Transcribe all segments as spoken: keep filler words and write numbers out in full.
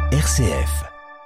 R C F.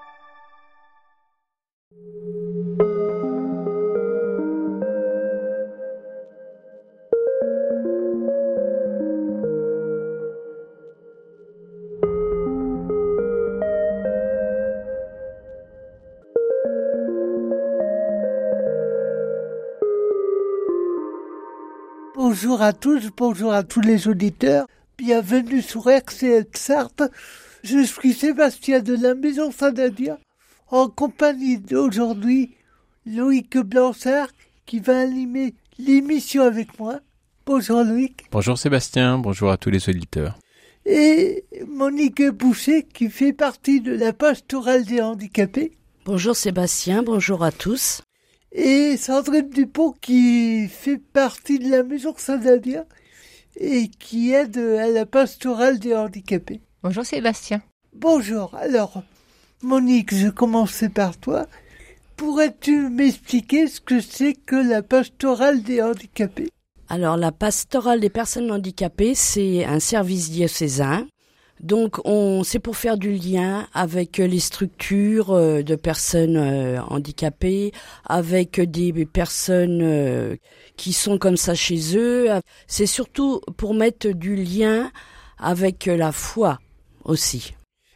Bonjour à tous, bonjour à tous les auditeurs. Bienvenue sur R C F Sarthe. Je suis Sébastien de la Maison Saint-Damien, en compagnie d'aujourd'hui Loïc Blanchard qui va animer l'émission avec moi. Bonjour Loïc. Bonjour Sébastien, bonjour à tous les auditeurs. Et Monique Boucher qui fait partie de la pastorale des handicapés. Bonjour Sébastien, bonjour à tous. Et Sandrine Dupont qui fait partie de la Maison Saint-Damien et qui aide à la pastorale des handicapés. Bonjour Sébastien. Bonjour. Alors, Monique, je commencerai par toi. Pourrais-tu m'expliquer ce que c'est que la pastorale des handicapés ? Alors, la pastorale des personnes handicapées, c'est un service diocésain. Donc, on, c'est pour faire du lien avec les structures de personnes handicapées, avec des personnes qui sont comme ça chez eux. C'est surtout pour mettre du lien avec la foi aussi.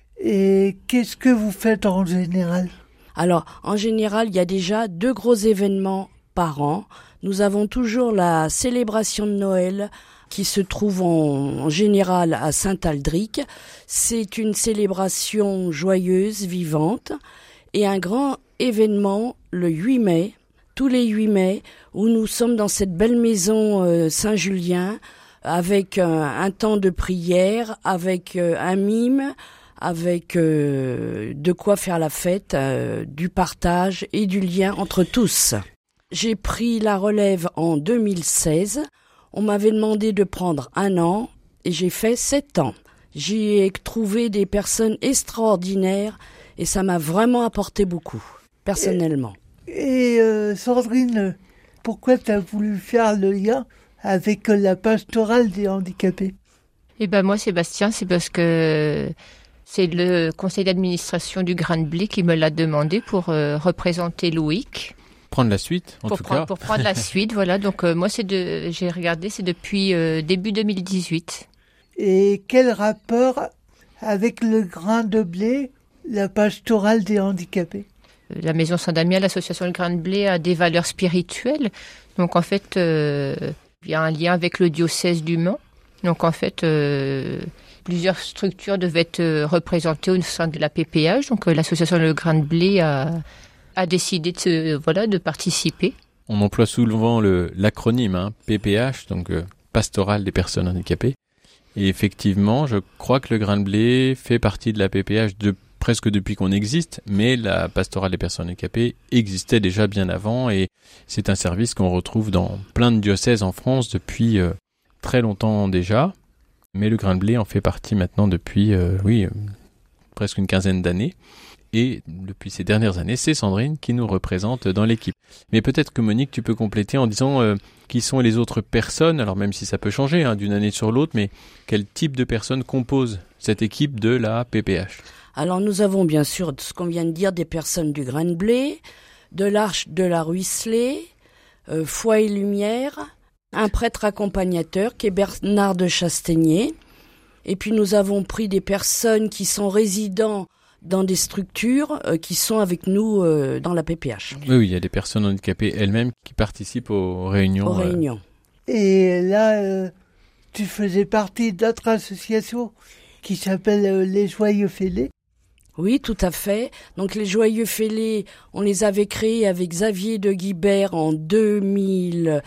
Et qu'est-ce que vous faites en général ? Alors, en général, il y a déjà deux gros événements par an. Nous avons toujours la célébration de Noël qui se trouve en, en général à Saint-Aldric. C'est une célébration joyeuse, vivante, et un grand événement le huit mai, tous les huit mai, où nous sommes dans cette belle maison euh, Saint-Julien, avec un, un temps de prière, avec euh, un mime, avec euh, de quoi faire la fête, euh, du partage et du lien entre tous. J'ai pris la relève en deux mille seize. On m'avait demandé de prendre un an et j'ai fait sept ans. J'y ai trouvé des personnes extraordinaires et ça m'a vraiment apporté beaucoup, personnellement. Et, et euh, Sandrine, pourquoi tu as voulu faire le lien avec la pastorale des handicapés ? Eh ben moi, Sébastien, c'est parce que c'est le conseil d'administration du Grain de Blé qui me l'a demandé pour euh, représenter Loïc. Prendre la suite, en pour tout prendre, cas. Pour prendre la suite, voilà. Donc euh, moi, c'est de, j'ai regardé, c'est depuis euh, début deux mille dix-huit. Et quel rapport avec le Grain de Blé, la pastorale des handicapés ? La Maison Saint-Damien, l'association Le Grain de Blé a des valeurs spirituelles. Donc en fait, euh, il y a un lien avec le diocèse du Mans. Donc en fait, euh, plusieurs structures devaient être représentées au sein de la P P H. Donc euh, l'association Le Grain de Blé a, a décidé de, se, voilà, de participer. On emploie souvent le, l'acronyme hein, P P H, donc euh, Pastorale des personnes handicapées. Et effectivement, je crois que le Grain de Blé fait partie de la P P H de, presque depuis qu'on existe, mais la Pastorale des personnes handicapées existait déjà bien avant et c'est un service qu'on retrouve dans plein de diocèses en France depuis euh, très longtemps déjà. Mais le Grain de Blé en fait partie maintenant depuis, euh, oui, euh, presque une quinzaine d'années. Et depuis ces dernières années, c'est Sandrine qui nous représente dans l'équipe. Mais peut-être que Monique, tu peux compléter en disant euh, qui sont les autres personnes, alors même si ça peut changer hein, d'une année sur l'autre, mais quel type de personnes composent cette équipe de la P P H ? Alors nous avons bien sûr ce qu'on vient de dire, des personnes du Grain de Blé, de l'Arche de la Ruisselée, euh, Foi et Lumière, un prêtre accompagnateur qui est Bernard de Chastaigné. Et puis nous avons pris des personnes qui sont résidents dans des structures euh, qui sont avec nous euh, dans la P P H. Oui, oui, il y a des personnes handicapées elles-mêmes qui participent aux réunions. Aux réunions. Euh... Et là, euh, tu faisais partie d'autres associations qui s'appellent euh, les Joyeux Fêlés. Oui, tout à fait. Donc les Joyeux Fêlés, on les avait créés avec Xavier de Guibert en deux mille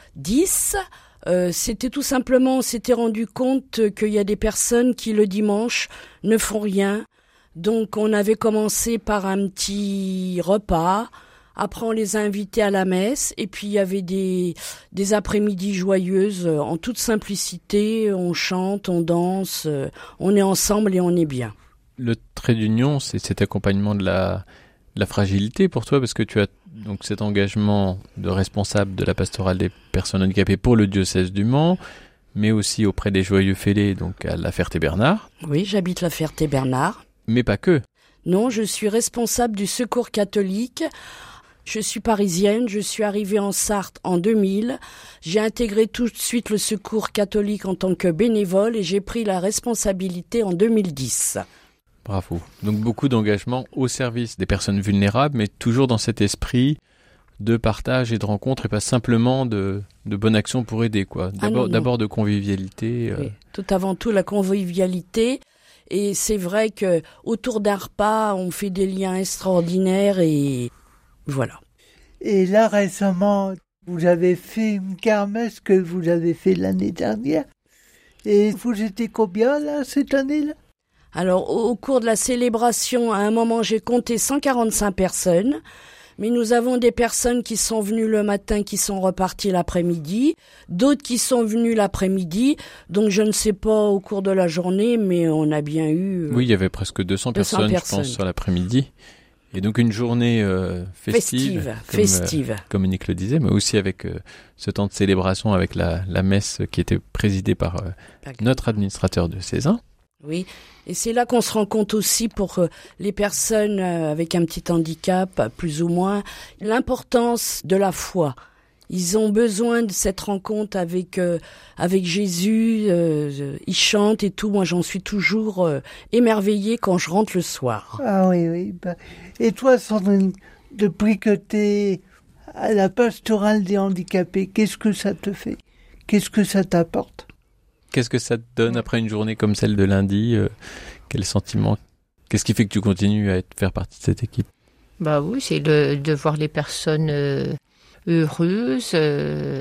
dix. Euh, c'était tout simplement, on s'était rendu compte qu'il y a des personnes qui le dimanche ne font rien. Donc on avait commencé par un petit repas, après on les a invités à la messe et puis il y avait des, des après-midi joyeuses en toute simplicité, on chante, on danse, on est ensemble et on est bien. Le trait d'union, c'est cet accompagnement de la, de la fragilité pour toi parce que tu as donc cet engagement de responsable de la pastorale des personnes handicapées pour le diocèse du Mans, mais aussi auprès des Joyeux Fêlés, donc à La Ferté-Bernard. Oui, j'habite La Ferté-Bernard. Mais pas que. Non, je suis responsable du Secours catholique. Je suis parisienne, je suis arrivée en Sarthe en deux mille. J'ai intégré tout de suite le Secours catholique en tant que bénévole et j'ai pris la responsabilité en deux mille dix. Bravo. Donc beaucoup d'engagement au service des personnes vulnérables, mais toujours dans cet esprit de partage et de rencontre et pas simplement de, de bonne action pour aider, quoi. D'abord, ah non, non. d'abord de convivialité. Euh... Oui, tout avant tout la convivialité. Et c'est vrai que autour d'un repas, on fait des liens extraordinaires et voilà. Et là, récemment, vous avez fait une kermesse que vous avez fait l'année dernière. Et vous étiez combien, là, cette année-là ? Alors, au, au cours de la célébration, à un moment, j'ai compté cent quarante-cinq personnes. Mais nous avons des personnes qui sont venues le matin, qui sont reparties l'après-midi. D'autres qui sont venues l'après-midi. Donc, je ne sais pas au cours de la journée, mais on a bien eu... Euh, oui, il y avait presque deux cents, deux cents personnes, personnes, je pense, sur l'après-midi. Et donc une journée euh, festive, festive, comme, festive. Euh, comme Monique le disait, mais aussi avec euh, ce temps de célébration avec la, la messe qui était présidée par euh, notre administrateur diocésain. Oui, et c'est là qu'on se rend compte aussi pour euh, les personnes euh, avec un petit handicap, plus ou moins, l'importance de la foi. Ils ont besoin de cette rencontre avec euh, avec Jésus, euh, ils chantent et tout. Moi, j'en suis toujours euh, émerveillée quand je rentre le soir. Ah oui, oui. Bah. Et toi, Sandrine, depuis que tu es à la pastorale des handicapés, qu'est-ce que ça te fait ? Qu'est-ce que ça t'apporte ? Qu'est-ce que ça te donne après une journée comme celle de lundi ? euh, Quel sentiment ? Qu'est-ce qui fait que tu continues à être, faire partie de cette équipe ? Bah oui, c'est le, de voir les personnes... Euh... heureuses, euh,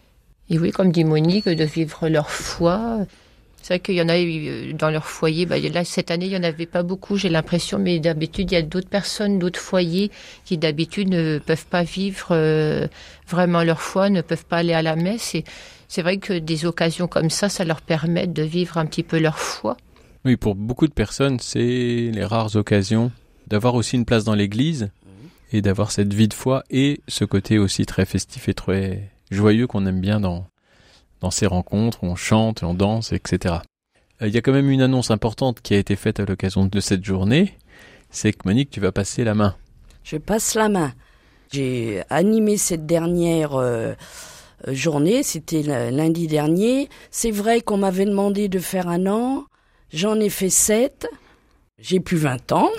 et oui, comme dit Monique, de vivre leur foi. C'est vrai qu'il y en a eu dans leur foyer, bah, là, cette année, il n'y en avait pas beaucoup, j'ai l'impression, mais d'habitude, il y a d'autres personnes, d'autres foyers qui, d'habitude, ne peuvent pas vivre euh, vraiment leur foi, ne peuvent pas aller à la messe. Et c'est vrai que des occasions comme ça, ça leur permet de vivre un petit peu leur foi. Oui, pour beaucoup de personnes, c'est les rares occasions d'avoir aussi une place dans l'église, et d'avoir cette vie de foi et ce côté aussi très festif et très joyeux qu'on aime bien dans, dans ces rencontres où on chante, on danse, et cetera. Il euh, y a quand même une annonce importante qui a été faite à l'occasion de cette journée, c'est que Monique, tu vas passer la main. Je passe la main. J'ai animé cette dernière euh, journée, c'était lundi dernier. C'est vrai qu'on m'avait demandé de faire un an, j'en ai fait sept, j'ai plus vingt ans.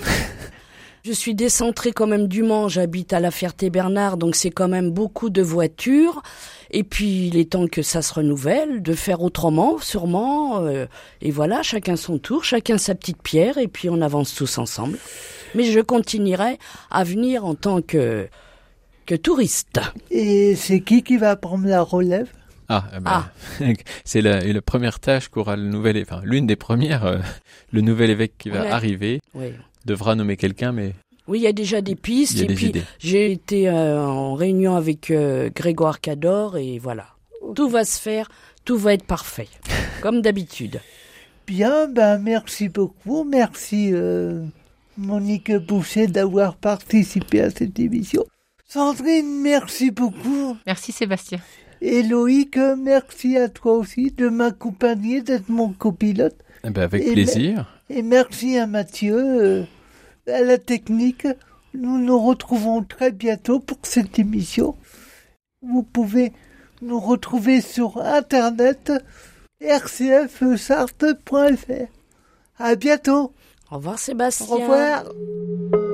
Je suis décentrée quand même du Mans, j'habite à La Ferté-Bernard, donc c'est quand même beaucoup de voitures. Et puis il est temps que ça se renouvelle, de faire autrement, sûrement. Euh, et voilà, chacun son tour, chacun sa petite pierre, et puis on avance tous ensemble. Mais je continuerai à venir en tant que, que touriste. Et c'est qui qui va prendre la relève ? Ah, eh ben, ah. c'est la, la première tâche qu'aura le nouvel, enfin l'une des premières, euh, le nouvel évêque qui va ouais. arriver. Oui. Devra nommer quelqu'un, mais... Oui, il y a déjà des pistes, et des puis idées. J'ai été euh, en réunion avec euh, Grégoire Cador, et voilà. Okay. Tout va se faire, tout va être parfait, comme d'habitude. Bien, ben merci beaucoup, merci euh, Monique Boucher d'avoir participé à cette émission. Sandrine, merci beaucoup. Merci Sébastien. Et Loïc, merci à toi aussi de m'accompagner, d'être mon copilote. Eh ben avec et plaisir. Me- et merci à Mathieu, euh, à la technique. Nous nous retrouvons très bientôt pour cette émission. Vous pouvez nous retrouver sur internet r c f sarthe point f r. À bientôt. Au revoir Sébastien. Au revoir.